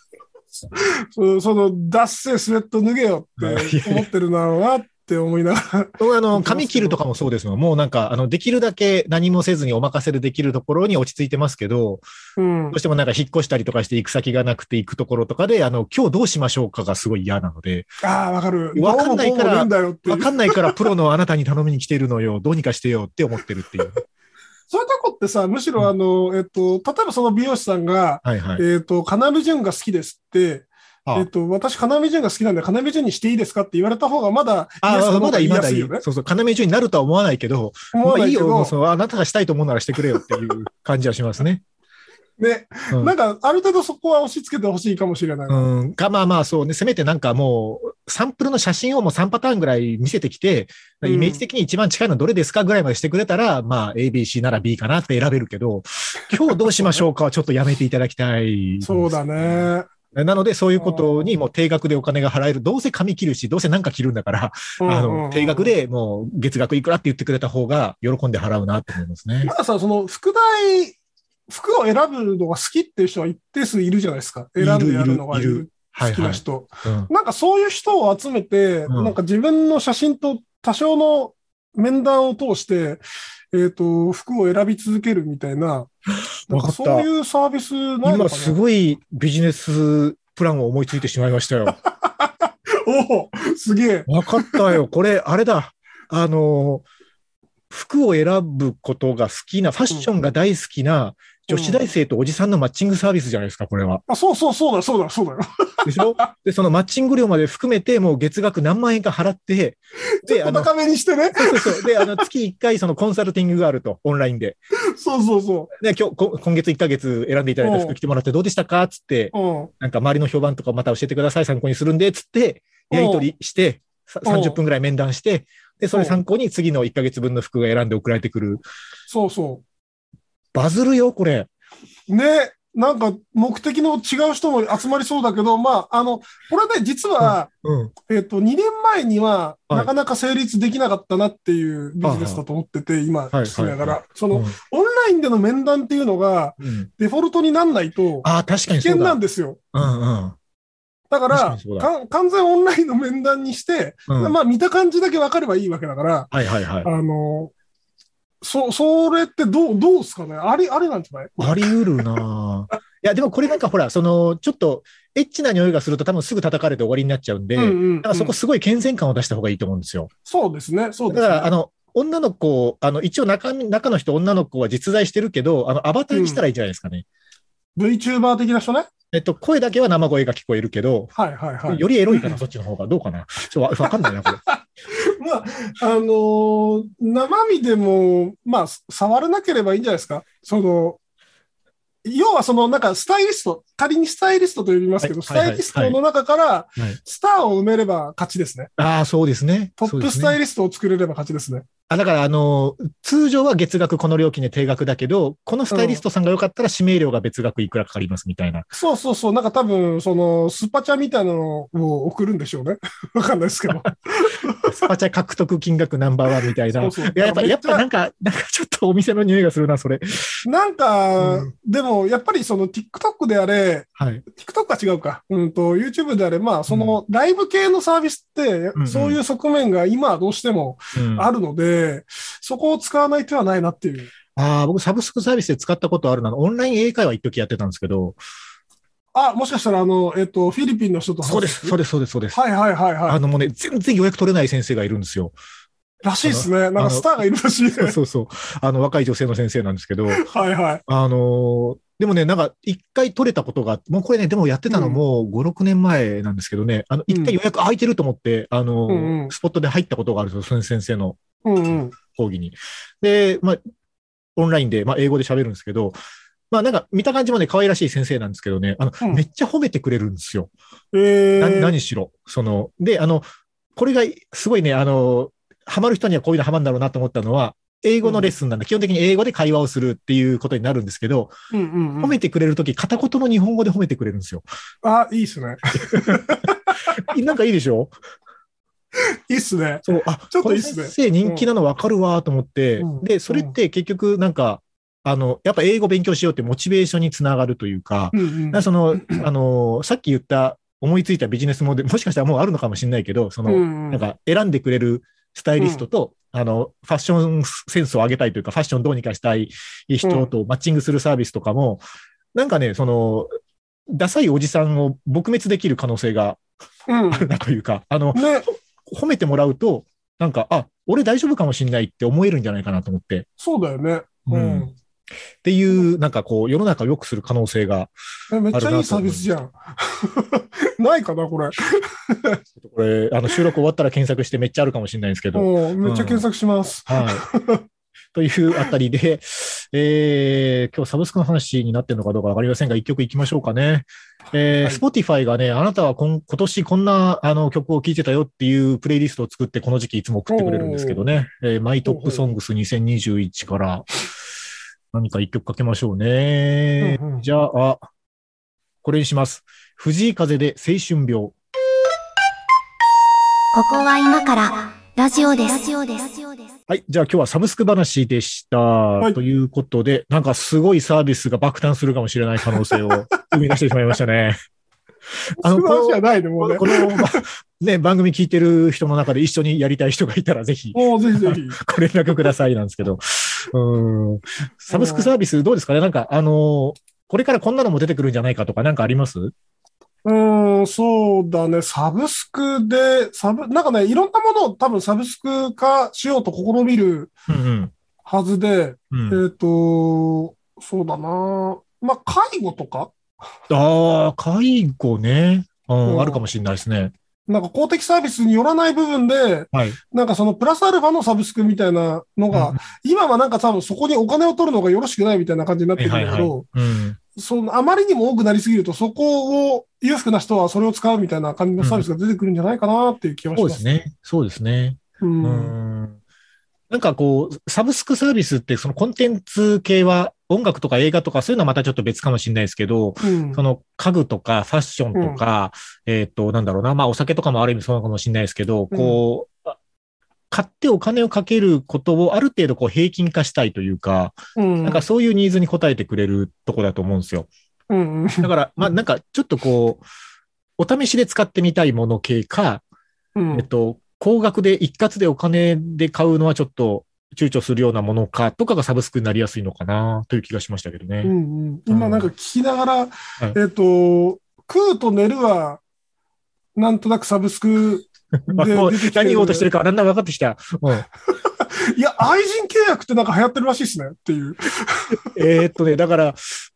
ダッセスウェット脱げよって思ってるなろうなって思いながら。髪切るとかもそうですもん。もうなんか、できるだけ何もせずにお任せできるところに落ち着いてますけど、どうしてもなんか引っ越したりとかして行く先がなくて行くところとかで、今日どうしましょうかがすごい嫌なので。 ああ、わかる。 わかんないからプロのあなたに頼みに来てるのよ。どうにかしてよって思ってるっていう。 そういうとこってさ、むしろ例えばその美容師さんが、 はいはい、 要潤が好きですって、私、要潤が好きなんで、要潤にしていいですかって言われた方がまだ言いやすいよね。 そう、要潤になるとは思わないけど、まあいいよ、もうあなたがしたいと思うならしてくれよっていう感じはしますね。 ね、なんか、ある程度そこは押し付けてほしいかもしれない。 まあそうね、せめてなんかもう、サンプルの写真をもう3パターンぐらい見せてきて、イメージ的に一番近いのはどれですかぐらいまでしてくれたら、まあ ABC なら B かなって選べるけど、今日どうしましょうかはちょっとやめていただきたい。 そうだね。 なので、そういうことにもう定額でお金が払える。どうせ髪切るし、どうせなんか切るんだから、定額でもう月額いくらって言ってくれた方が喜んで払うなと思いますね。 まださ、服を選ぶのが好きっていう人は一定数いるじゃないですか。選んでやるのが好きな人。なんかそういう人を集めて、なんか自分の写真と多少の面談を通して、服を選び続けるみたいな、なんかそういうサービスないのかな。 今すごいビジネスプランを思いついてしまいましたよ。 おお、すげえ。 わかったよ。これ、あれだ。服を選ぶことが好きな、ファッションが大好きな女子大生とおじさんのマッチングサービスじゃないですか、これは。 そうだよ。 でしょで、そのマッチング料まで含めて、もう月額何万円か払って、 で、高めにしてね。 そう。で、月1回そのコンサルティングがあると、オンラインで。 そう。 で、今月1ヶ月選んでいただいた服着てもらってどうでしたかつって、なんか周りの評判とかまた教えてください、参考にするんで、つって、やり取りして、30分くらい面談して、で、それ参考に次の1ヶ月分の服が選んで送られてくる。 そう。 バズるよ、これ。 ね、なんか目的の違う人も集まりそうだけど、まあ、これね、実は、2年前にはなかなか成立できなかったなっていうビジネスだと思ってて、今、聞きながら。オンラインでの面談っていうのが、デフォルトになんないと、危険なんですよ。だから、完全オンラインの面談にして、まあ見た感じだけ分かればいいわけだから、それってどうですかね、ありなんじゃない？ あり得るなぁ。いや、でもこれなんかほら、ちょっと、エッチな匂いがすると多分すぐ叩かれて終わりになっちゃうんで、だからそこすごい健全感を出した方がいいと思うんですよ。 そうですね。 だから、女の子、一応中の人、女の子は実在してるけど、アバターにしたらいいんじゃないですかね。 VTuber 的な人ね。 声だけは生声が聞こえるけど、よりエロいかな、そっちの方が。どうかな。わかんないな、これ。 まあ、生身でも、まあ、触らなければいいんじゃないですか。 要はなんかスタイリスト、仮にスタイリストと呼びますけど、スタイリストの中からスターを埋めれば勝ちですね。 ああ、そうですね。 トップスタイリストを作れれば勝ちですね。 だから通常は月額この料金で定額だけど、このスタイリストさんがよかったら指名料が別額いくらかかりますみたいな。 そうそうそう。なんか多分、スパチャみたいなのを送るんでしょうね。わかんないですけど。 スパチャ獲得金額ナンバーワンみたいな。そうそう、やっぱなんかちょっとお店の匂いがするな、それ。 なんか、でも、やっぱりTikTok であれ、 はい、 TikTok は違うか。YouTube であれ、まあ、ライブ系のサービスって、そういう側面が今はどうしてもあるので、そこを使わない手はないなっていう。 僕、サブスクサービスで使ったことあるな。オンライン英会話一時やってたんですけど。 もしかしたら、フィリピンの人とそうです。 はいはいはいはい。 もうね、全然予約取れない先生がいるんですよ。 らしいですね。なんかスターがいるらしい。 そう。若い女性の先生なんですけど。はいはい。 でもね、なんか、一回取れたことが、もうこれね、でもやってたのも5、6年前なんですけどね、一回予約空いてると思って、スポットで入ったことがあるんですよ、その先生の講義に。で、まあ、オンラインで、まあ、英語で喋るんですけど、まあ、なんか、見た感じもね、可愛らしい先生なんですけどね、めっちゃ褒めてくれるんですよ。何しろ。で、これが、すごいね、ハマる人にはこういうのハマるんだろうなと思ったのは、英語のレッスンなんで、基本的に英語で会話をするっていうことになるんですけど、褒めてくれるとき、片言の日本語で褒めてくれるんですよ。 いいっすね。 なんかいいでしょ？ いいっすね。 そう、ちょっといいっすね。先生人気なの分かるわと思って、で、それって結局なんか、やっぱ英語勉強しようってモチベーションにつながるというか、さっき言った思いついたビジネスモデル、もしかしたらもうあるのかもしれないけど、なんか選んでくれるスタイリストと、ファッションセンスを上げたいというか、ファッションどうにかしたい人とマッチングするサービスとかも、なんかね、ダサいおじさんを撲滅できる可能性があるなというか、褒めてもらうと、なんか、俺大丈夫かもしれないって思えるんじゃないかなと思って。 そうだよね。 っていう、なんかこう、世の中を良くする可能性があるなと。 めっちゃいいサービスじゃん。ないかな、これ。 これ、収録終わったら検索してめっちゃあるかもしれないんですけど。 めっちゃ検索します。 はい。というあたりで、今日サブスクの話になってるのかどうかわかりませんが、一曲いきましょうかね。Spotify がね、あなたは今年こんな曲を聴いてたよっていうプレイリストを作ってこの時期いつも送ってくれるんですけどね。マイトップソングス2021から何か一曲かけましょうね。じゃあ、これにします。藤井風で青春病。ここは今からラジオです。 はい。じゃあ今日はサブスク話でした。はい、ということで、なんかすごいサービスが爆誕するかもしれない可能性を生み出してしまいましたね。 このね、番組聞いてる人の中で一緒にやりたい人がいたらぜひ。 ぜひぜひ。 ご連絡くださいなんですけど。サブスクサービスどうですかね？なんか、これからこんなのも出てくるんじゃないかとかなんかあります？ そうだね。サブスクで、なんかね、いろんなものを多分サブスク化しようと試みるはずで、そうだな。まあ、介護とか？ 介護ね。あるかもしれないですね。 なんか公的サービスによらない部分で、はい、なんかプラスアルファのサブスクみたいなのが、今はなんか多分そこにお金を取るのがよろしくないみたいな感じになってるんだけど、あまりにも多くなりすぎると、そこを裕福な人はそれを使うみたいな感じのサービスが出てくるんじゃないかなっていう気がします。 そうですね。なんかこう、サブスクサービスってそのコンテンツ系は音楽とか映画とかそういうのはまたちょっと別かもしれないですけど、その家具とかファッションとか、なんだろうな、まあお酒とかもある意味そうかもしれないですけど、こう、買ってお金をかけることをある程度こう平均化したいというか、なんかそういうニーズに応えてくれるところだと思うんですよ。だから、まあなんかちょっとこう、お試しで使ってみたいもの系か、高額で一括でお金で買うのはちょっと躊躇するようなものかとかがサブスクになりやすいのかなという気がしましたけどね。 今なんか聞きながら、食うと寝るはなんとなくサブスクで出てきて何言おうとしてるかだんだん分かってきた。 いや、愛人契約ってなんか流行ってるらしいですねっていう。 だから、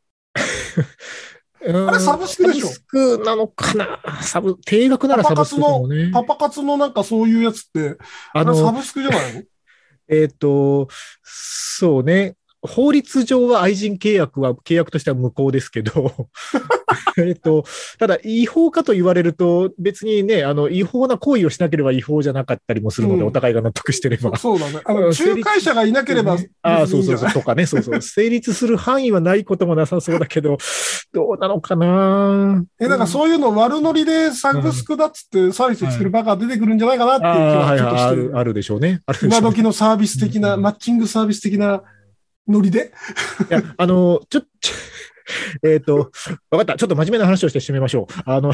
あれサブスクでしょ？ サブスクなのかな？定額ならサブスクかもね。 パパ活のなんかそういうやつって、サブスクじゃないの？ そうね。 法律上は愛人契約としては無効ですけど、ただ違法かと言われると別にね、違法な行為をしなければ違法じゃなかったりもするので、お互いが納得してれば。 そうだね。仲介者がいなければ、 そうとかね、成立する範囲はないこともなさそうだけど、どうなのかな。 なんかそういうの悪ノリでサブスクだっつってサービスを作るバカ出てくるんじゃないかなっていう気はちょっとしてる。 あるでしょうね。 今時のサービス的な、マッチングサービス的なノリで。 いや、わかった。ちょっと真面目な話をして締めましょう。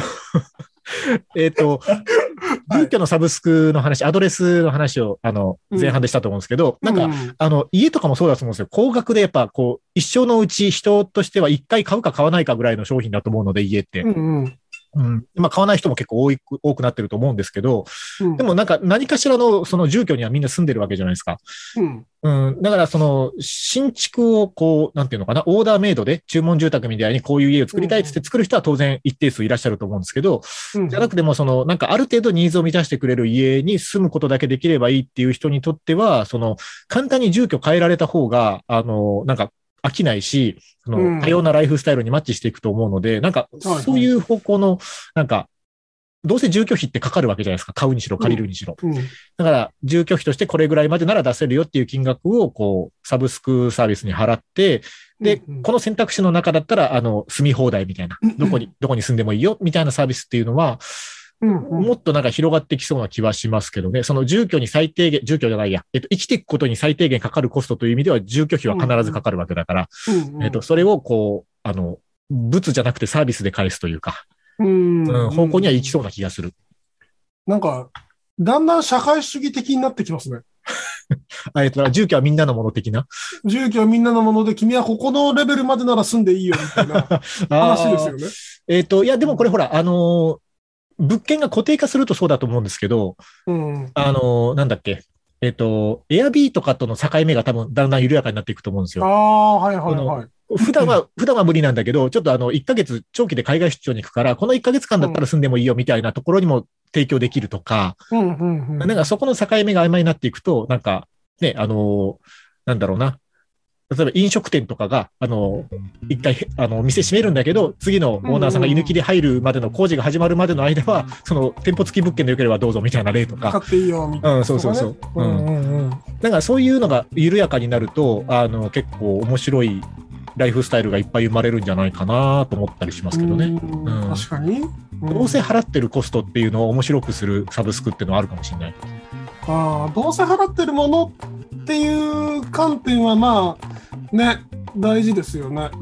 住居のサブスクの話、アドレスの話を、前半でしたと思うんですけど、なんか、家とかもそうだと思うんですよ。高額でやっぱ、一生のうち人としては一回買うか買わないかぐらいの商品だと思うので、家って。今買わない人も結構多くなってると思うんですけど、でもなんか何かしらのその住居にはみんな住んでるわけじゃないですか。だからその新築をなんていうのかな、オーダーメイドで注文住宅みたいにこういう家を作りたいって作る人は当然一定数いらっしゃると思うんですけど、じゃなくてもなんかある程度ニーズを満たしてくれる家に住むことだけできればいいっていう人にとっては、簡単に住居変えられた方が、なんか飽きないし、多様なライフスタイルにマッチしていくと思うので、なんか、そういう方向の、なんか、どうせ住居費ってかかるわけじゃないですか。買うにしろ、借りるにしろ。だから、住居費としてこれぐらいまでなら出せるよっていう金額を、サブスクサービスに払って、で、この選択肢の中だったら、住み放題みたいな、どこに住んでもいいよ、みたいなサービスっていうのは、もっとなんか広がってきそうな気はしますけどね。その住居に最低限、住居じゃないや、生きていくことに最低限かかるコストという意味では、住居費は必ずかかるわけだから、それを物じゃなくてサービスで返すというか、方向には行きそうな気がする。 なんか、だんだん社会主義的になってきますね。 住居はみんなのもの的な。 住居はみんなのもので、君はここのレベルまでなら住んでいいよ、みたいな話ですよね。 いや、でもこれほら、物件が固定化するとそうだと思うんですけど、なんだっけ、エアビーとかとの境目が多分だんだん緩やかになっていくと思うんですよ。普段は無理なんだけど、ちょっと1ヶ月長期で海外出張に行くから、この1ヶ月間だったら住んでもいいよみたいなところにも提供できるとか、なんかそこの境目が曖昧になっていくと、なんかね、なんだろうな。例えば飲食店とかが、一回、店閉めるんだけど、次のオーナーさんが居抜きで入るまでの工事が始まるまでの間は、店舗付き物件でよければどうぞみたいな例とか。 買っていいよ、みたいな。 そう。だからそういうのが緩やかになると、結構面白いライフスタイルがいっぱい生まれるんじゃないかなと思ったりしますけどね。 確かに。 どうせ払ってるコストっていうのを面白くするサブスクっていうのはあるかもしれない。 どうせ払ってるものっていう観点はまあね、大事ですよね。確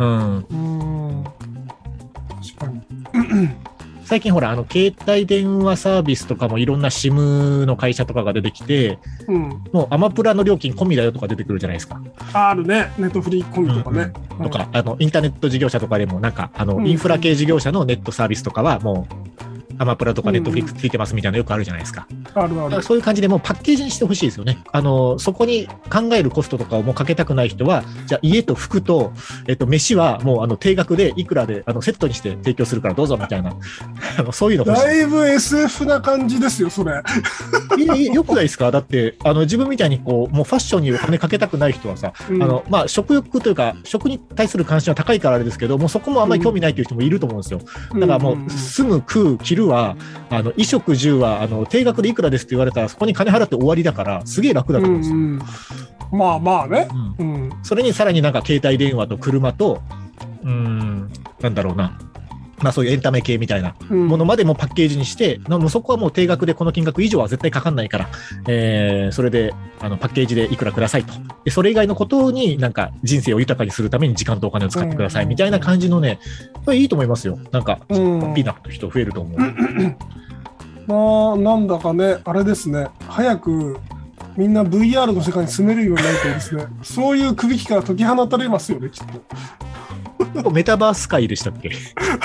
かに。 最近ほら、携帯電話サービスとかもいろんな SIM の会社とかが出てきて、もうアマプラの料金込みだよとか出てくるじゃないですか。 あるね。ネットフリー込みとかね。 とか、インターネット事業者とかでもなんか、インフラ系事業者のネットサービスとかはもう、アマプラとかネットフリックスついてますみたいなのよくあるじゃないですか。 ある。 そういう感じでもうパッケージにしてほしいですよね。そこに考えるコストとかをもうかけたくない人は、じゃあ家と服と、飯はもう定額でいくらでセットにして提供するからどうぞみたいな、そういうの欲しい。 だいぶ SF な感じですよ、それ。 よくないですか？だって、自分みたいにもうファッションにお金かけたくない人はさ、食欲というか、食に対する関心は高いからあれですけど、もうそこもあんまり興味ないという人もいると思うんですよ。だからもう、住む、食う、着るは、衣食住は、定額でいくらですって言われたら、そこに金払って終わりだから、すげえ楽だと思うんですよ。 まあね。 それにさらになんか携帯電話と車と、なんだろうな。そういうエンタメ系みたいなものまでもパッケージにして、もうそこはもう定額でこの金額以上は絶対かかんないから、それでパッケージでいくらくださいと。でそれ以外のことになんか人生を豊かにするために時間とお金を使ってくださいみたいな感じのね、これいいと思いますよ。なんか、ハッピーな人増えると思う。なんだかね、あれですね、早くみんな VR の世界に住めるようになるとですね、そういう首輝から解き放たれますよね、きっと。 メタバース界でしたっけ？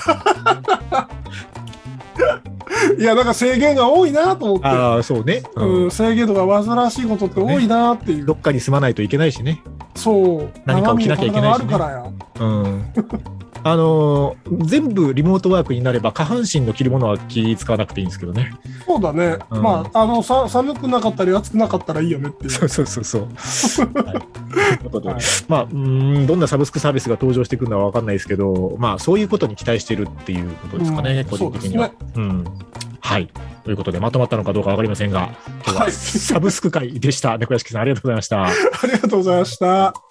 いや、なんか制限が多いなと思って。 ああ、そうね。 制限とか煩わしいことって多いなっていう。 どっかに住まないといけないしね。 そう。 何か起きなきゃいけないしね。 あるからや。 全部リモートワークになれば下半身の着るものは気使わなくていいんですけどね。 そうだね。まあ、寒くなかったり暑くなかったらいいよねっていう。 そう。はい。ということで、まあ、どんなサブスクサービスが登場してくるのは分かんないですけど、まあ、そういうことに期待してるっていうことですかね、個人的には。はい。ということで、まとまったのかどうか分かりませんが、今日はサブスク会でした。猫屋敷さん、ありがとうございました。 ありがとうございました。